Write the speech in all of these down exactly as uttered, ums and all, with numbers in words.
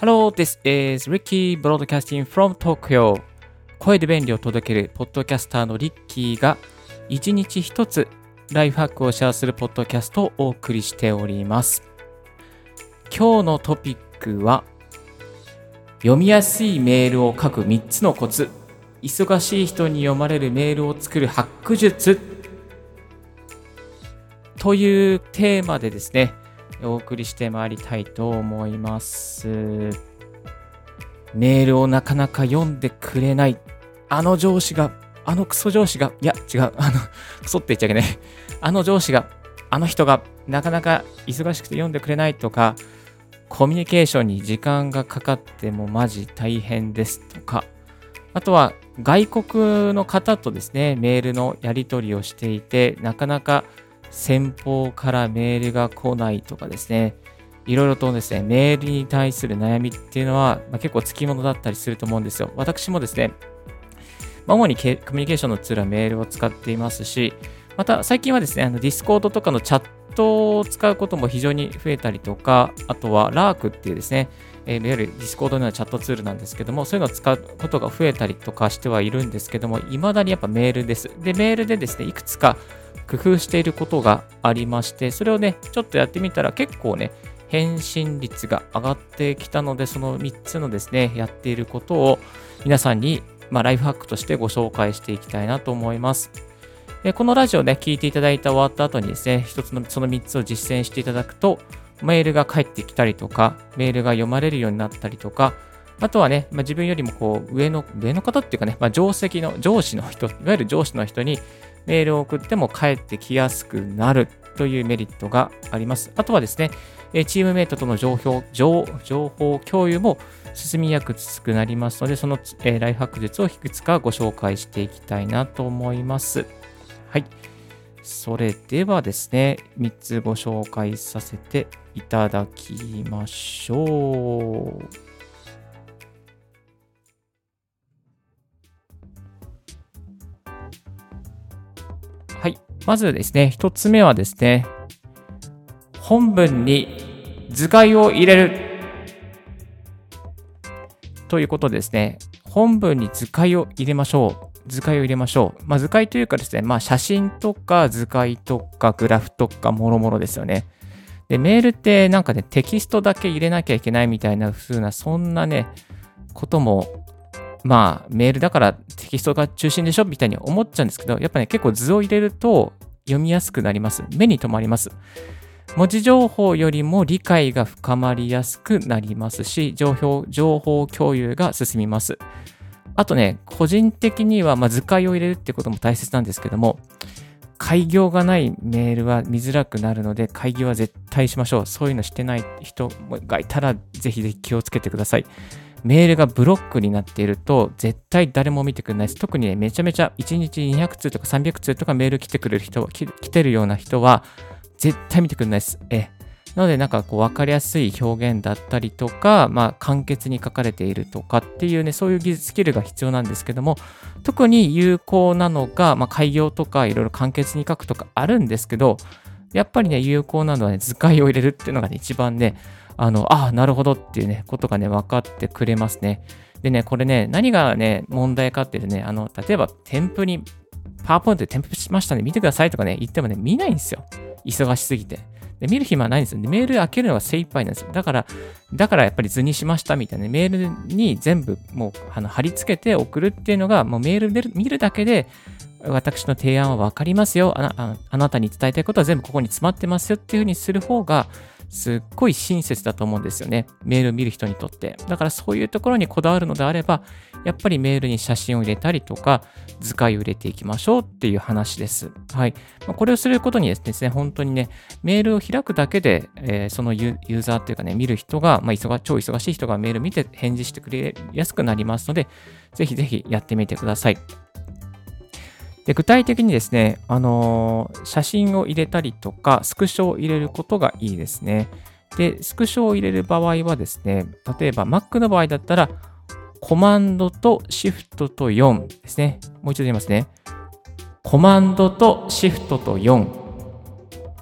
Hello, this is Ricky broadcasting from Tokyo. 声で便利を届けるポッドキャスターのリッキーが一日一つライフハックをシェアするポッドキャストをお送りしております。今日のトピックは読みやすいメールを書くみっつのコツ、忙しい人に読まれるメールを作るハック術というテーマでですね、お送りしてまいりたいと思います。メールをなかなか読んでくれないあの上司が、あのクソ上司が、いや違う、あのクソって言っちゃいけない、あの上司が、あの人がなかなか忙しくて読んでくれないとか、コミュニケーションに時間がかかってもマジ大変ですとか、あとは外国の方とですね、メールのやり取りをしていて、なかなか先方からメールが来ないとかですね、いろいろとですね、メールに対する悩みっていうのは、まあ、結構つきものだったりすると思うんですよ。私もですね、まあ、主にコミュニケーションのツールはメールを使っていますし、また最近はですね、あのディスコードとかのチャットを使うことも非常に増えたりとか、あとはラークっていうですね、えー、いわゆるディスコードのようなチャットツールなんですけども、そういうのを使うことが増えたりとかしてはいるんですけども、未だにやっぱメールです。で、メールでですね、いくつか工夫していることがありまして、それをね、ちょっとやってみたら結構ね、返信率が上がってきたので、そのみっつのですね、やっていることを皆さんに、まあ、ライフハックとしてご紹介していきたいなと思います。でこのラジオね、聞いていただいた終わった後にですね、一つのそのみっつを実践していただくと、メールが返ってきたりとか、メールが読まれるようになったりとか、あとはね、まあ、自分よりもこう上の、上の方っていうかね、まあ、上席の上司の人、いわゆる上司の人にメールを送っても返ってきやすくなるというメリットがあります。あとはですね、チームメイトとの情報、情報共有も進みやすくなりますので、そのライフハック術をいくつかご紹介していきたいなと思います。はい。それではですね、みっつご紹介させていただきましょう。はい。まずですね、ひとつめはですね、本文に図解を入れるということですね。本文に図解を入れましょう。図解を入れましょう。まあ、図解というかですね、まあ、写真とか図解とかグラフとかもろもろですよね。で、メールってなんかね、テキストだけ入れなきゃいけないみたいな風な、そんなね、ことも、まあ、メールだからテキストが中心でしょみたいに思っちゃうんですけど、やっぱね、結構図を入れると読みやすくなります。目に留まります。文字情報よりも理解が深まりやすくなりますし、情報、情報共有が進みます。あとね、個人的には、まあ、図解を入れるってことも大切なんですけども、改行がないメールは見づらくなるので、改行は絶対しましょう。そういうのしてない人がいたら、ぜひぜひ気をつけてください。メールがブロックになっていると、絶対誰も見てくれないです。特にね、めちゃめちゃいちにちにひゃくつうとかさんびゃくつうとかメール来てくれる人、来てるような人は、絶対見てくれないです。えなので、なんかこう分かりやすい表現だったりとか、まあ簡潔に書かれているとかっていうね、そういう技術スキルが必要なんですけども、特に有効なのが、まあ改行とかいろいろ簡潔に書くとかあるんですけど、やっぱりね、有効なのはね、図解を入れるっていうのがね、一番ね、あの、ああ、なるほどっていうね、ことがね、分かってくれますね。でね、これね、何がね、問題かっていうとね、あの、例えば添付に、パワーポイントで添付しましたね、見てくださいとかね、言ってもね、見ないんですよ。忙しすぎて。で見る暇はないんですよ。でメール開けるのが精一杯なんですよ。だから、だからやっぱり図にしましたみたいな、メールに全部もうあの貼り付けて送るっていうのが、もうメールで見るだけで、私の提案は分かりますよ。あな、ああなたに伝えたいことは全部ここに詰まってますよっていうふうにする方が、すっごい親切だと思うんですよね。メールを見る人にとって。だからそういうところにこだわるのであれば、やっぱりメールに写真を入れたりとか、図解を入れていきましょうっていう話です。はい。まあ、これをすることにですね、本当にね、メールを開くだけで、えー、そのユーザーっていうかね、見る人が、まあ、忙超忙しい人がメール見て返事してくれやすくなりますので、ぜひぜひやってみてください。で具体的にですね、あのー、写真を入れたりとか、スクショを入れることがいいですね。で、スクショを入れる場合はですね、例えば Mac の場合だったら、コマンドとシフトとよんですね。もう一度言いますね。コマンドとシフトとよん。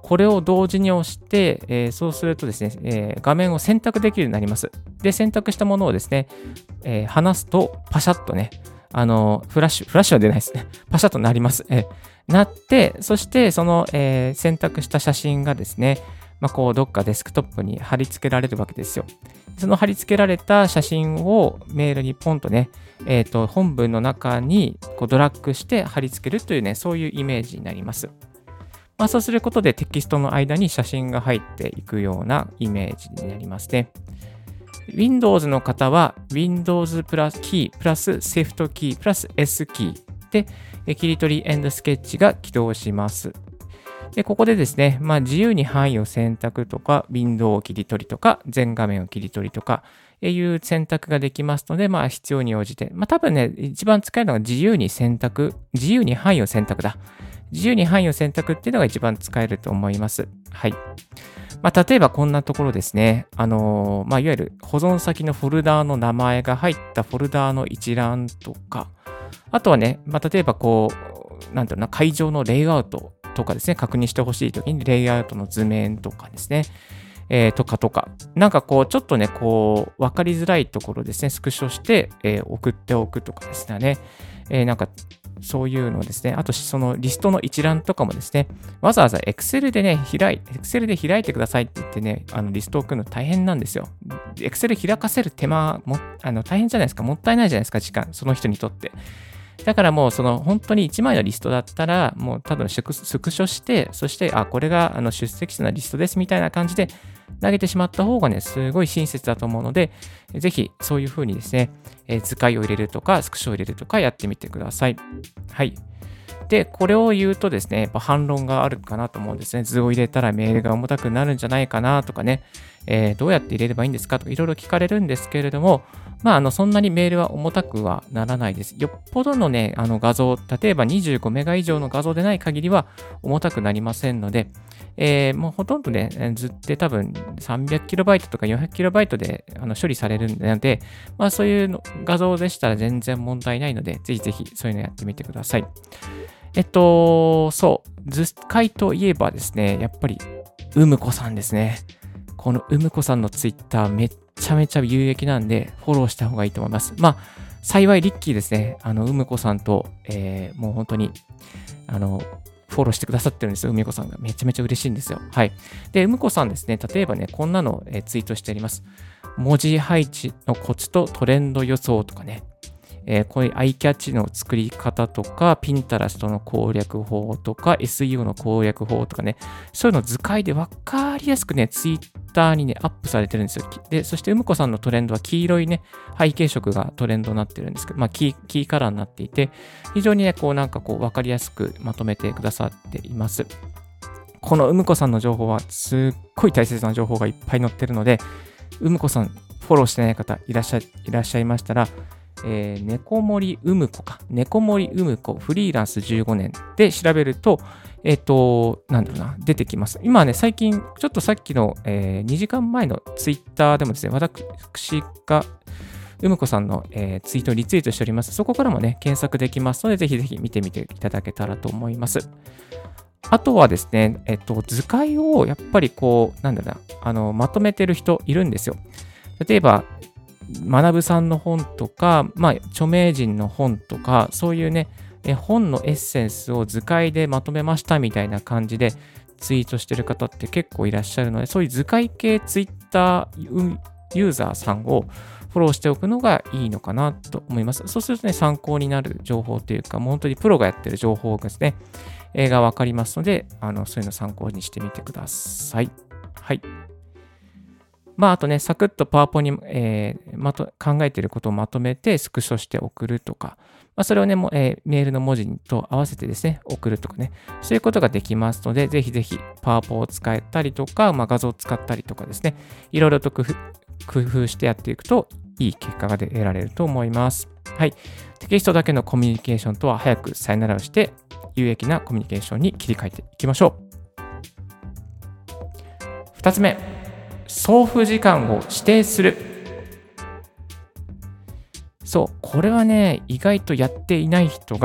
これを同時に押して、えー、そうするとですね、えー、画面を選択できるようになります。で、選択したものをですね、えー、離すとパシャッとね、あのフラッシュ、フラッシュは出ないですね。パシャッとなります。えー、なって、そしてその、えー、選択した写真がですね、まあ、こうどっかデスクトップに貼り付けられるわけですよ。その貼り付けられた写真をメールにポンとね、えー、と本文の中にこうドラッグして貼り付けるというね、そういうイメージになります。まあ、そうすることでテキストの間に写真が入っていくようなイメージになりますね。Windows の方は Windows プラスキープラス Shift キープラス S キーで切り取りエンドスケッチが起動します。で、ここでですね、まあ、自由に範囲を選択とか、ウィンドウを切り取りとか、全画面を切り取りとか、いう選択ができますので、まあ、必要に応じて、まあ、多分ね、一番使えるのが自由に選択、自由に範囲を選択だ。自由に範囲を選択っていうのが一番使えると思います。はい。まあ、例えばこんなところですね。あのー、まあ、いわゆる保存先のフォルダーの名前が入ったフォルダーの一覧とか、あとはね、まあ、例えばこう、なんていうの、会場のレイアウトとかですね、確認してほしいときにレイアウトの図面とかですね、えー、とかとか、なんかこう、ちょっとね、こう、わかりづらいところですね、スクショして、えー、送っておくとかですね、えー、なんか、そういうのですね、あとそのリストの一覧とかもですね、わざわざ Excel でね、開い、Excel で開いてくださいって言ってね、あのリストを送るの大変なんですよ。Excel 開かせる手間も、あの大変じゃないですか、もったいないじゃないですか、時間、その人にとって。だからもうその本当にいちまいのリストだったら、もう多分スクショして、そして、あ、これがあの出席者のリストですみたいな感じで投げてしまった方がね、すごい親切だと思うので、ぜひそういう風にですね、えー、図解を入れるとか、スクショを入れるとかやってみてください。はい。で、これを言うとですね、やっぱ反論があるかなと思うんですね。図を入れたらメールが重たくなるんじゃないかなとかね、えー、どうやって入れればいいんですかとかいろいろ聞かれるんですけれども、まあ、あの、そんなにメールは重たくはならないです。よっぽどのね、あの画像、例えばにじゅうごメガ以上の画像でない限りは重たくなりませんので、えー、もうほとんどね、図って多分 さんびゃくキロバイト とか よんひゃくキロバイト であの処理されるので、まあそういうの画像でしたら全然問題ないので、ぜひぜひそういうのやってみてください。えっと、そう、図解といえばですね、やっぱり、うむこさんですね。このうむこさんのツイッターめっちゃめちゃ有益なんで、フォローした方がいいと思います。まあ、幸いリッキーですね。あの、うむこさんと、えー、もう本当に、あの、フォローしてくださってるんですよ。うみこさんが。めちゃめちゃ嬉しいんですよ。はい。で、うむこさんですね、例えばね、こんなのを、えー、ツイートしてあります。文字配置のコツとトレンド予想とかね。えー、こういうアイキャッチの作り方とか、ピンタラストの攻略法とか、エスイーオー の攻略法とかね、そういうの図解で分かりやすくね、ツイッターにね、アップされてるんですよ。で、そして、うむこさんのトレンドは黄色いね、背景色がトレンドになってるんですけど、まあキー、キーカラーになっていて、非常にね、こうなんかこう分かりやすくまとめてくださっています。このうむこさんの情報はすっごい大切な情報がいっぱい載ってるので、うむこさんフォローしてない方いらっしゃい、いらっしゃいましたら、えー、猫森うむこか。猫森うむこフリーランスじゅうごねんで調べると、えっ、ー、と、なんだろうな、出てきます。今ね、最近、ちょっとさっきの、えー、にじかんまえのツイッターでもですね、私が、うむこさんの、えー、ツイートをリツイートしております。そこからもね、検索できますので、ぜひぜひ見てみていただけたらと思います。あとはですね、えっ、ー、と、図解をやっぱりこう、なんだろうな、あの、まとめてる人いるんですよ。例えば、学さんの本とか、まあ、著名人の本とか、そういうね、え本のエッセンスを図解でまとめましたみたいな感じでツイートしてる方って結構いらっしゃるので、そういう図解系ツイッターユーザーさんをフォローしておくのがいいのかなと思います。そうするとね、参考になる情報というか、もう本当にプロがやってる情報がですね、えー、がわかりますので、あの、そういうのを参考にしてみてください。はい。まあ、あとね、サクッとパワポに、えーま、と考えていることをまとめてスクショして送るとか、まあ、それをね、もえー、メールの文字と合わせてですね、送るとかね、そういうことができますので、ぜひぜひパワポを使えたりとか、まあ、画像を使ったりとかですね、いろいろと工夫、工夫してやっていくと、いい結果が得られると思います。はい。テキストだけのコミュニケーションとは早くさよならをして、有益なコミュニケーションに切り替えていきましょう。ふたつめ。送付時間を指定する。そう、これはね、意外とやっていない人が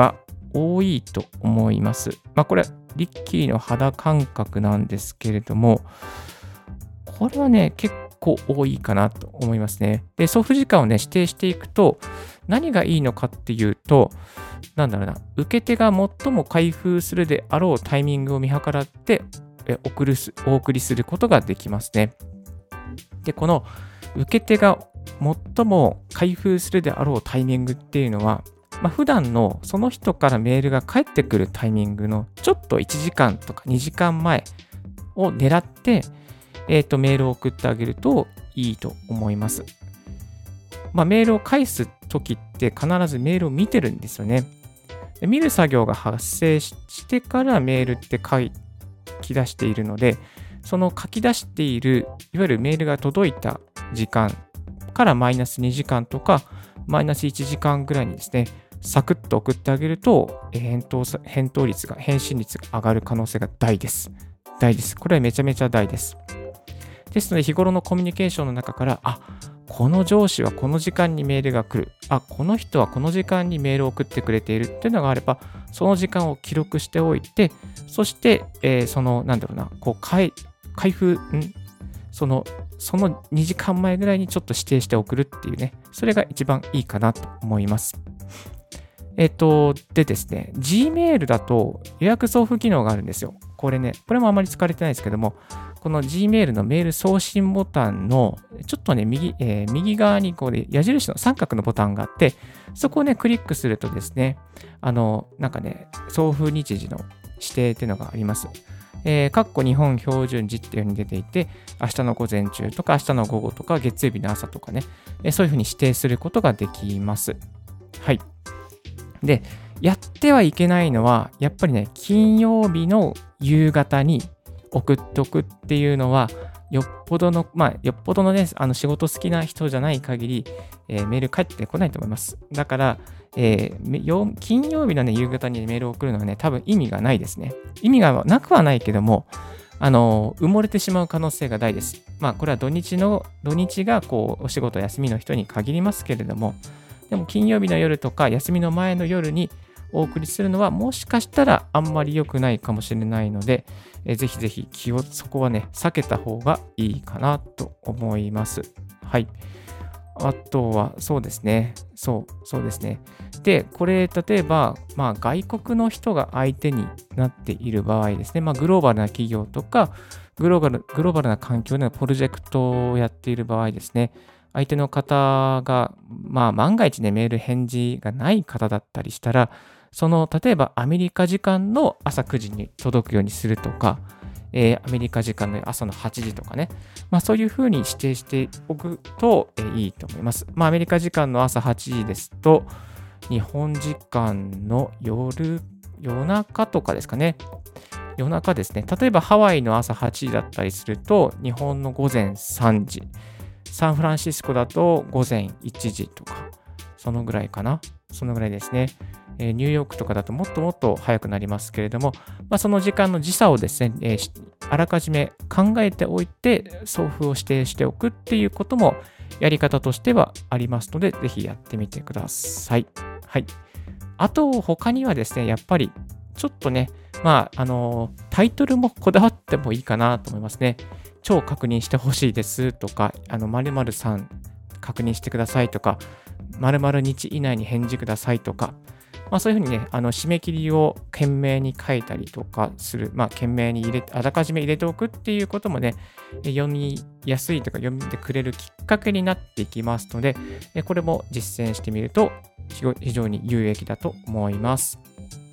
多いと思います。まあ、これはリッキーの肌感覚なんですけれども、これはね、結構多いかなと思いますね。で、送付時間をね、指定していくと、何がいいのかっていうと、なんだろうな、受け手が最も開封するであろうタイミングを見計らって、え送るすお送りすることができますね。で、この受け手が最も開封するであろうタイミングっていうのは、まあ、普段のその人からメールが返ってくるタイミングのちょっといちじかんとかにじかんまえを狙って、えーと、メールを送ってあげるといいと思います。まあ、メールを返すときって必ずメールを見てるんですよね。で見る作業が発生してからメールって書き出しているので、その書き出している、いわゆるメールが届いた時間からマイナスにじかんとか、マイナスいちじかんぐらいにですね、サクッと送ってあげると、返答さ返答率が、返信率が上がる可能性が大です。大です。これはめちゃめちゃ大です。ですので、日頃のコミュニケーションの中から、あ、この上司はこの時間にメールが来る。あ、この人はこの時間にメールを送ってくれているっていうのがあれば、その時間を記録しておいて、そして、えー、その、なんだろうな、こう、開開封、んその、そのにじかんまえぐらいにちょっと指定して送るっていうね、それが一番いいかなと思います。えっと、でですね、Gmail だと予約送付機能があるんですよ。これね、これもあまり使われてないですけども、この Gmail のメール送信ボタンのちょっとね、右、えー、右側にこう、ね、矢印の三角のボタンがあって、そこをね、クリックするとですね、あの、なんかね、送付日時の指定っていうのがあります。えー、かっこ日本標準時っていうふうに出ていて、明日の午前中とか、明日の午後とか、月曜日の朝とかね、えー、そういうふうに指定することができます。はい。で、やってはいけないのは、やっぱりね、金曜日の夕方に送っておくっていうのは、よっぽどの、まあ、よっぽどのね、あの仕事好きな人じゃない限り、えー、メール返ってこないと思います。だから、えー、金曜日のね、夕方にメールを送るのはね、多分意味がないですね。意味がなくはないけども、あのー、埋もれてしまう可能性が大です。まあ、これは土日の、土日がこう、お仕事休みの人に限りますけれども、でも金曜日の夜とか休みの前の夜にお送りするのはもしかしたらあんまり良くないかもしれないので、えー、ぜひぜひ気を、そこはね、避けた方がいいかなと思います。はい。あとは、そうですね。そう、そうですね。で、これ、例えば、まあ、外国の人が相手になっている場合ですね、まあ、グローバルな企業とか、グローバル、グローバルな環境でのプロジェクトをやっている場合ですね、相手の方が、まあ、万が一ね、メール返事がない方だったりしたら、その、例えばアメリカ時間の朝くじに届くようにするとか、えー、アメリカ時間の朝のはちじとかね、まあ、そういうふうに指定しておくと、えー、いいと思います。まあ、アメリカ時間の朝はちじですと、日本時間の夜、夜中とかですかね。夜中ですね。例えばハワイの朝はちじだったりすると、日本の午前さんじ。サンフランシスコだと午前いちじとか、そのぐらいかな。そのぐらいですね。えー、ニューヨークとかだともっともっと早くなりますけれども、まあ、その時間の時差をですね、えー、あらかじめ考えておいて送付を指定しておくっていうこともやり方としてはありますので、ぜひやってみてください。はい。あと、他にはですね、やっぱりちょっとね、まあ、あのー、タイトルもこだわってもいいかなと思いますね。超確認してほしいですとか、あの、〇〇さん確認してくださいとか、〇〇日以内に返事くださいとか、まあそういうふうにね、あの、締め切りを懸命に書いたりとかする、まあ懸命に入れ、あらかじめ入れておくっていうこともね、読みやすいとか読んでくれるきっかけになっていきますので、これも実践してみると非常に有益だと思います。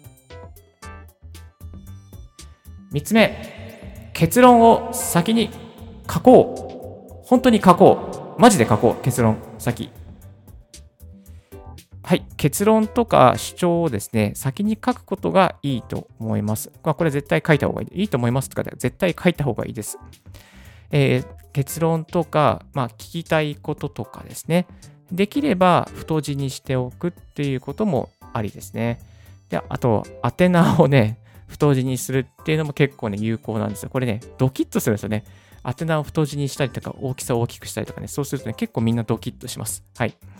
みっつめ、結論を先に書こう。本当に書こう。マジで書こう。結論、先。はい。結論とか主張をですね、先に書くことがいいと思います。これ絶対書いた方がいい。いいと思いますとかで絶対書いた方がいいです。えー、結論とか、まあ、聞きたいこととかですね。できれば太字にしておくっていうこともありですね。で、あと、宛名をね、太字にするっていうのも結構ね、有効なんですよ。これね、ドキッとするんですよね。宛名を太字にしたりとか、大きさを大きくしたりとかね、そうするとね、結構みんなドキッとします。はい。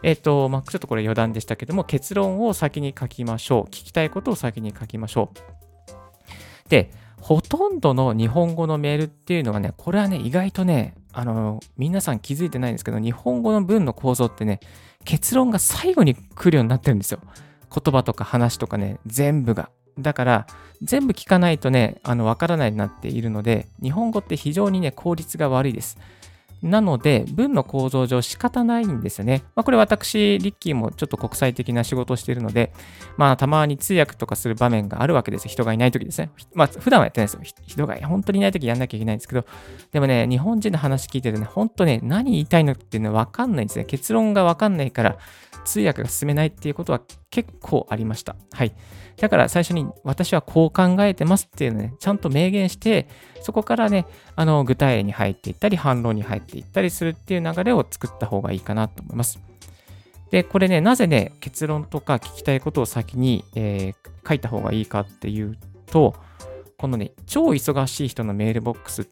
えっと、まあ、ちょっとこれ余談でしたけども、結論を先に書きましょう。聞きたいことを先に書きましょう。で、ほとんどの日本語のメールっていうのはね、これはね、意外とね、あの、皆さん気づいてないんですけど、日本語の文の構造ってね、結論が最後に来るようになってるんですよ。言葉とか話とかね、全部が。だから、全部聞かないとね、あの、わからないようになっているので、日本語って非常にね、効率が悪いです。なので、文の構造上仕方ないんですよね。まあ、これ私、リッキーもちょっと国際的な仕事をしているので、まあ、たまに通訳とかする場面があるわけですよ。人がいないときですね。まあ、普段はやってないですよ。人が本当にいないときやんなきゃいけないんですけど、でもね、日本人の話聞いてるとね、本当ね、何言いたいのっていうのはわかんないんですね。結論がわかんないから、通訳が進めないっていうことは結構ありました。はい。だから最初に私はこう考えてますっていうのをね、ちゃんと明言して、そこからね、あの、具体に入っていったり、反論に入っていったりするっていう流れを作った方がいいかなと思います。で、これね、なぜね、結論とか聞きたいことを先に、えー書いた方がいいかっていうと、このね、超忙しい人のメールボックスって、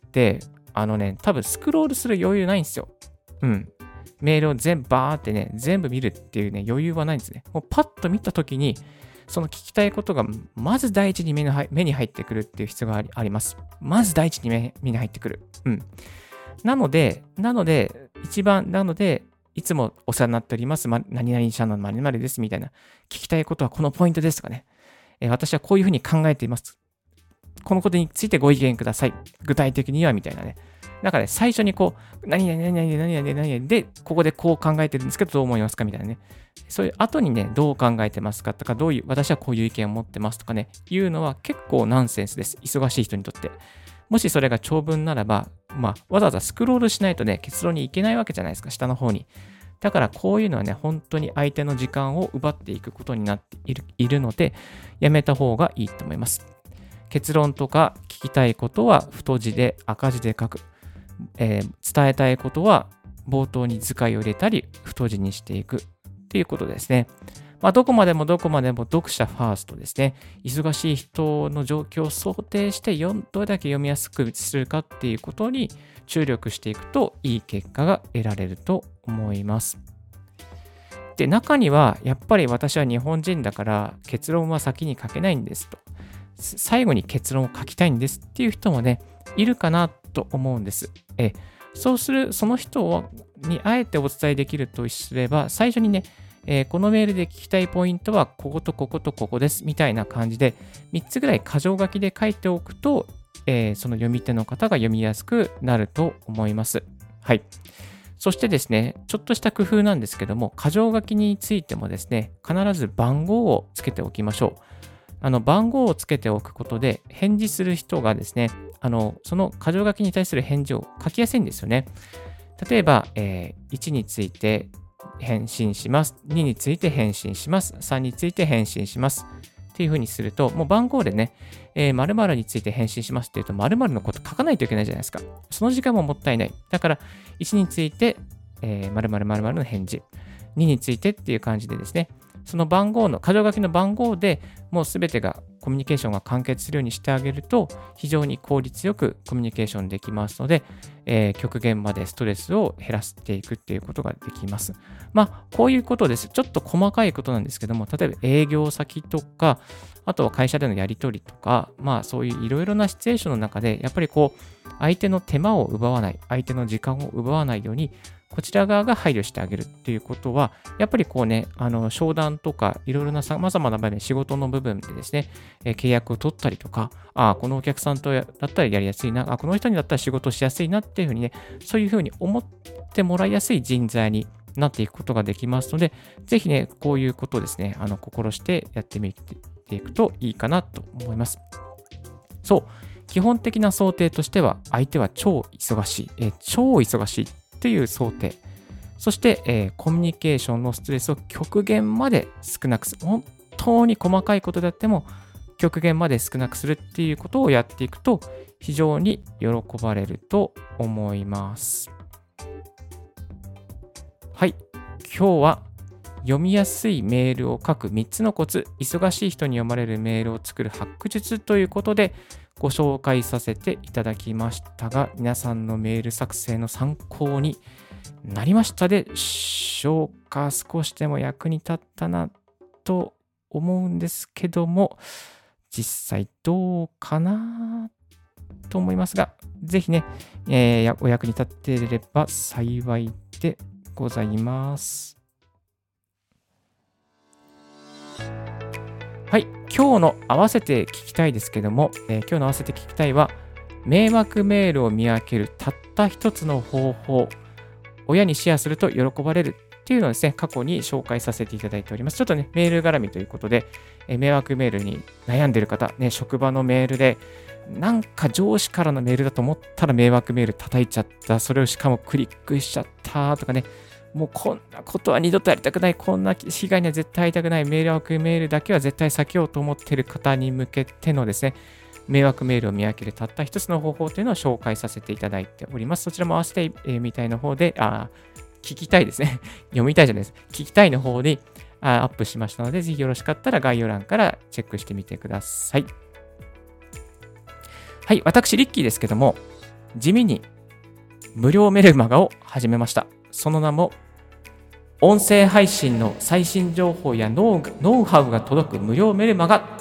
あのね、多分スクロールする余裕ないんですよ。うん。メールを全部バーってね、全部見るっていうね、余裕はないんですね。もうパッと見たときに、その聞きたいことがまず第一に目に入目に入ってくるっていう必要がありあります。まず第一に目目に入ってくる。うん。なので、なので、一番、なので、いつもお世話になっております、ま、何々社の〇〇ですみたいな、聞きたいことはこのポイントですとかね、えー私はこういうふうに考えています。このことについてご意見ください。具体的にはみたいなね。なんかね、最初にこう、何々何々何々何々で、ここでこう考えてるんですけど、どう思いますかみたいなね。そういう後にね、どう考えてますかとか、どういう、私はこういう意見を持ってますとかね、いうのは結構ナンセンスです。忙しい人にとって。もしそれが長文ならば、まあ、わざわざスクロールしないとね、結論に行けないわけじゃないですか、下の方に。だからこういうのはね、本当に相手の時間を奪っていくことになっているいるので、やめた方がいいと思います。結論とか聞きたいことは太字で赤字で書く。えー伝えたいことは冒頭に図解を入れたり太字にしていくっていうことですね。まあ、どこまでもどこまでも読者ファーストですね。忙しい人の状況を想定して読んどれだけ読みやすくするかっていうことに注力していくといい結果が得られると思います。で、中にはやっぱり私は日本人だから結論は先に書けないんですと。最後に結論を書きたいんですっていう人もね、いるかなと思うんです。えそうする、その人をにあえてお伝えできるとすれば、最初にね、えーこのメールで聞きたいポイントはこことこことここですみたいな感じでみっつぐらい箇条書きで書いておくと、えーその読み手の方が読みやすくなると思います。はい。そしてですね、ちょっとした工夫なんですけども、箇条書きについてもですね、必ず番号をつけておきましょう。あの番号をつけておくことで、返事する人がですね、あのその箇条書きに対する返事を書きやすいんですよね。例えば、えーいちについて返信します。にについて返信します。さんについて返信します。っていうふうにすると、もう番号でね、えー、〇〇について返信しますっていうと、〇〇のこと書かないといけないじゃないですか。その時間ももったいない。だから、いちについて、えー、〇〇〇〇の返事。にについてっていう感じでですね、その番号の、箇条書きの番号でもうすべてがコミュニケーションが完結するようにしてあげると、非常に効率よくコミュニケーションできますので、えー極限までストレスを減らしていくっていうことができます。まあ、こういうことです。ちょっと細かいことなんですけども、例えば営業先とか、あとは会社でのやり取りとか、まあそういういろいろなシチュエーションの中で、やっぱりこう、相手の手間を奪わない、相手の時間を奪わないように、こちら側が配慮してあげるっていうことは、やっぱりこうね、あの商談とかいろいろなさまざまな場面、仕事の部分でですね、えー契約を取ったりとか、ああ、このお客さんとやだったらやりやすいな、あこの人にだったら仕事しやすいなっていうふうにね、そういうふうに思ってもらいやすい人材になっていくことができますので、ぜひね、こういうことをですね、あの心してやってみていくといいかなと思います。そう、基本的な想定としては、相手は超忙しい、えー超忙しいっていう想定。そして、えーコミュニケーションのストレスを極限まで少なくする。本当に細かいことであっても、極限まで少なくするっていうことをやっていくと、非常に喜ばれると思います。はい。今日は読みやすいメールを書くみっつのコツ、忙しい人に読まれるメールを作るハック術ということでご紹介させていただきましたが、皆さんのメール作成の参考になりましたでしょうか。少しでも役に立ったなと思うんですけども、実際どうかなと思いますが、ぜひね、えー、お役に立っていれば幸いでございます。はい、今日の合わせて聞きたいですけども、えー、今日の合わせて聞きたいは、迷惑メールを見分けるたった一つの方法、親にシェアすると喜ばれるっていうのをですね、過去に紹介させていただいております。ちょっとね、メール絡みということで、えー、迷惑メールに悩んでいる方、ね、職場のメールで、なんか上司からのメールだと思ったら迷惑メール叩いちゃった、それをしかもクリックしちゃったとかね、もうこんなことは二度とやりたくない、こんな被害には絶対会いたくない、迷惑メールだけは絶対避けようと思っている方に向けてのですね、迷惑メールを見分けるたった一つの方法というのを紹介させていただいております。そちらも合わせて、えー、みたいの方で、あ、聞きたいですね。読みたいじゃないです。聞きたいの方にあアップしましたので、ぜひよろしかったら概要欄からチェックしてみてください。はい、私、リッキーですけども、地味に無料メルマガを始めました。その名も、音声配信の最新情報やノウ、ノウハウが届く無料メルマガ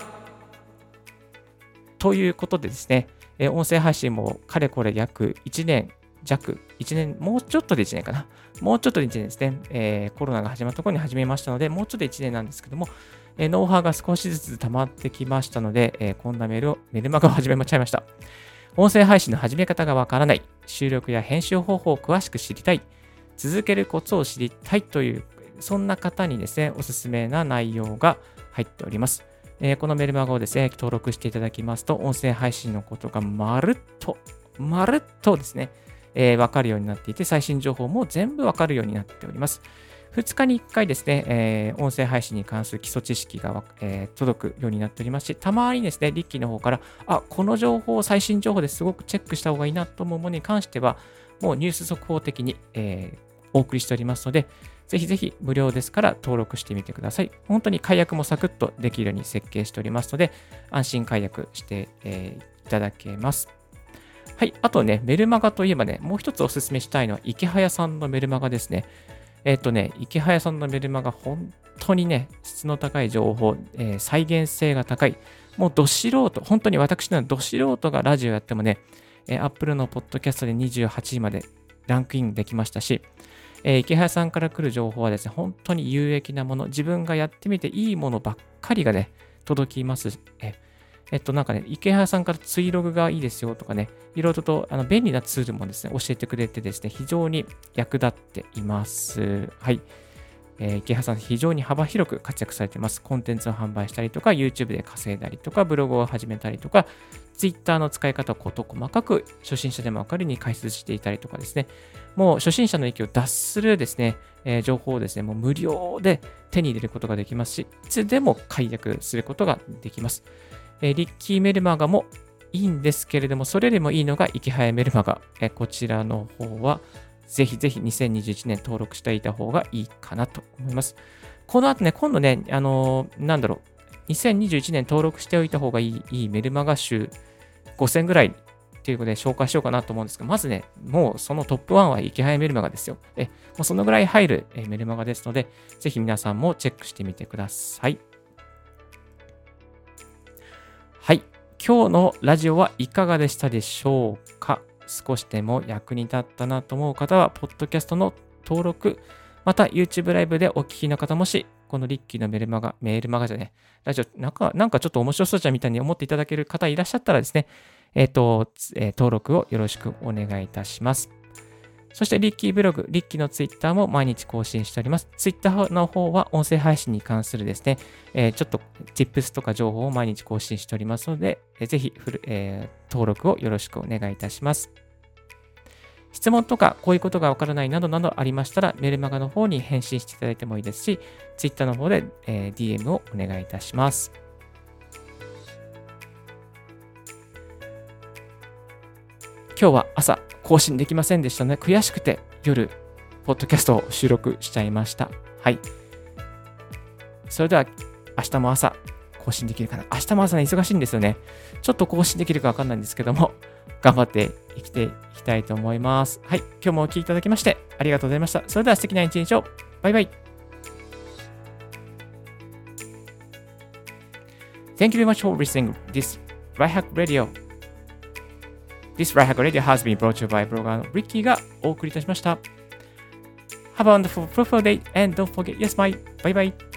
ということでですね、え音声配信もかれこれ約いちねん弱、いちねん、もうちょっとでいちねんかな。もうちょっとでいちねんですね。えー、コロナが始まった頃に始めましたので、もうちょっとでいちねんなんですけども、えー、ノウハウが少しずつ溜まってきましたので、えー、こんなメールを、メルマガを始めちゃいました。音声配信の始め方がわからない、収録や編集方法を詳しく知りたい、続けるコツを知りたいという、そんな方にですね、おすすめな内容が入っております。えー、このメルマガをですね、登録していただきますと、音声配信のことがまるっと、まるっとですね、えー、分かるようになっていて、最新情報も全部分かるようになっております。ふつかにいっかいですね、えー、音声配信に関する基礎知識が、えー、届くようになっておりますし、たまにですね、リッキーの方から、あ、この情報、最新情報ですごくチェックした方がいいなと思うものに関しては、もうニュース速報的に、えー、お送りしておりますので、ぜひぜひ無料ですから登録してみてください。本当に解約もサクッとできるように設計しておりますので、安心解約して、えー、いただけます。はい。あとね、メルマガといえばね、もう一つお勧めしたいのは、池早さんのメルマガですね。えっとね、池早さんのメルマガ、本当にね、質の高い情報、えー、再現性が高い。もうど素人、本当に私のようなど素人がラジオやってもね、えー、Apple のポッドキャストでにじゅうはちいまでランクインできましたし、えー、池早さんから来る情報はですね、本当に有益なもの、自分がやってみていいものばっかりがね、届きます。ええっと、なんかね、池原さんからツイログがいいですよとかね、いろいろとあの便利なツールもですね、教えてくれてですね、非常に役立っています。はい。えー、池原さん、非常に幅広く活躍されています。コンテンツを販売したりとか、YouTube で稼いだりとか、ブログを始めたりとか、Twitter の使い方を事細かく初心者でもわかるように解説していたりとかですね、もう初心者の域を脱するですね、えー、情報をですね、もう無料で手に入れることができますし、いつでも解約することができます。えー、リッキーメルマガもいいんですけれども、それよりもいいのが池早メルマガ。えー、こちらの方は、ぜひぜひにせんにじゅういちねん登録していた方がいいかなと思います。この後ね、今度ね、あのー、なんだろう、にせんにじゅういちねん登録しておいた方がいい、いいメルマガ集ごせんぐらいということで紹介しようかなと思うんですが、まずね、もうそのトップワンは池早メルマガですよ。え、もうそのぐらい入るメルマガですので、ぜひ皆さんもチェックしてみてください。はい。今日のラジオはいかがでしたでしょうか？少しでも役に立ったなと思う方は、ポッドキャストの登録、また YouTube ライブでお聞きの方もし、このリッキーのメルマガ、メールマガじゃね、ラジオ、なんか、なんかちょっと面白そうじゃんみたいに思っていただける方いらっしゃったらですね、えっと、えー、登録をよろしくお願いいたします。そして、リッキーブログ、リッキーのツイッターも毎日更新しております。ツイッターの方は音声配信に関するですね、えー、ちょっと Tips とか情報を毎日更新しておりますので、えー、ぜひフル、えー、登録をよろしくお願いいたします。質問とかこういうことがわからないなどなどありましたら、メルマガの方に返信していただいてもいいですし、Twitter の方で、えー、ディーエム をお願いいたします。今日は朝更新できませんでしたので、悔しくて夜、ポッドキャストを収録しちゃいました。はい。それでは、明日も朝更新できるかな。明日も朝ね、忙しいんですよね。ちょっと更新できるかわかんないんですけども、 頑張って生きていきたいと思います。はい。今日もお聞きいただきましてありがとうございました。それでは素敵な一日を。バイバイ。Thank you very much for listening this Right Hack Radio.This Right Hack Radio has been brought to you by ブロガーの Ricky がお送りいたしました。Have a wonderful, fruitful day and don't forget, yes, my. Bye bye.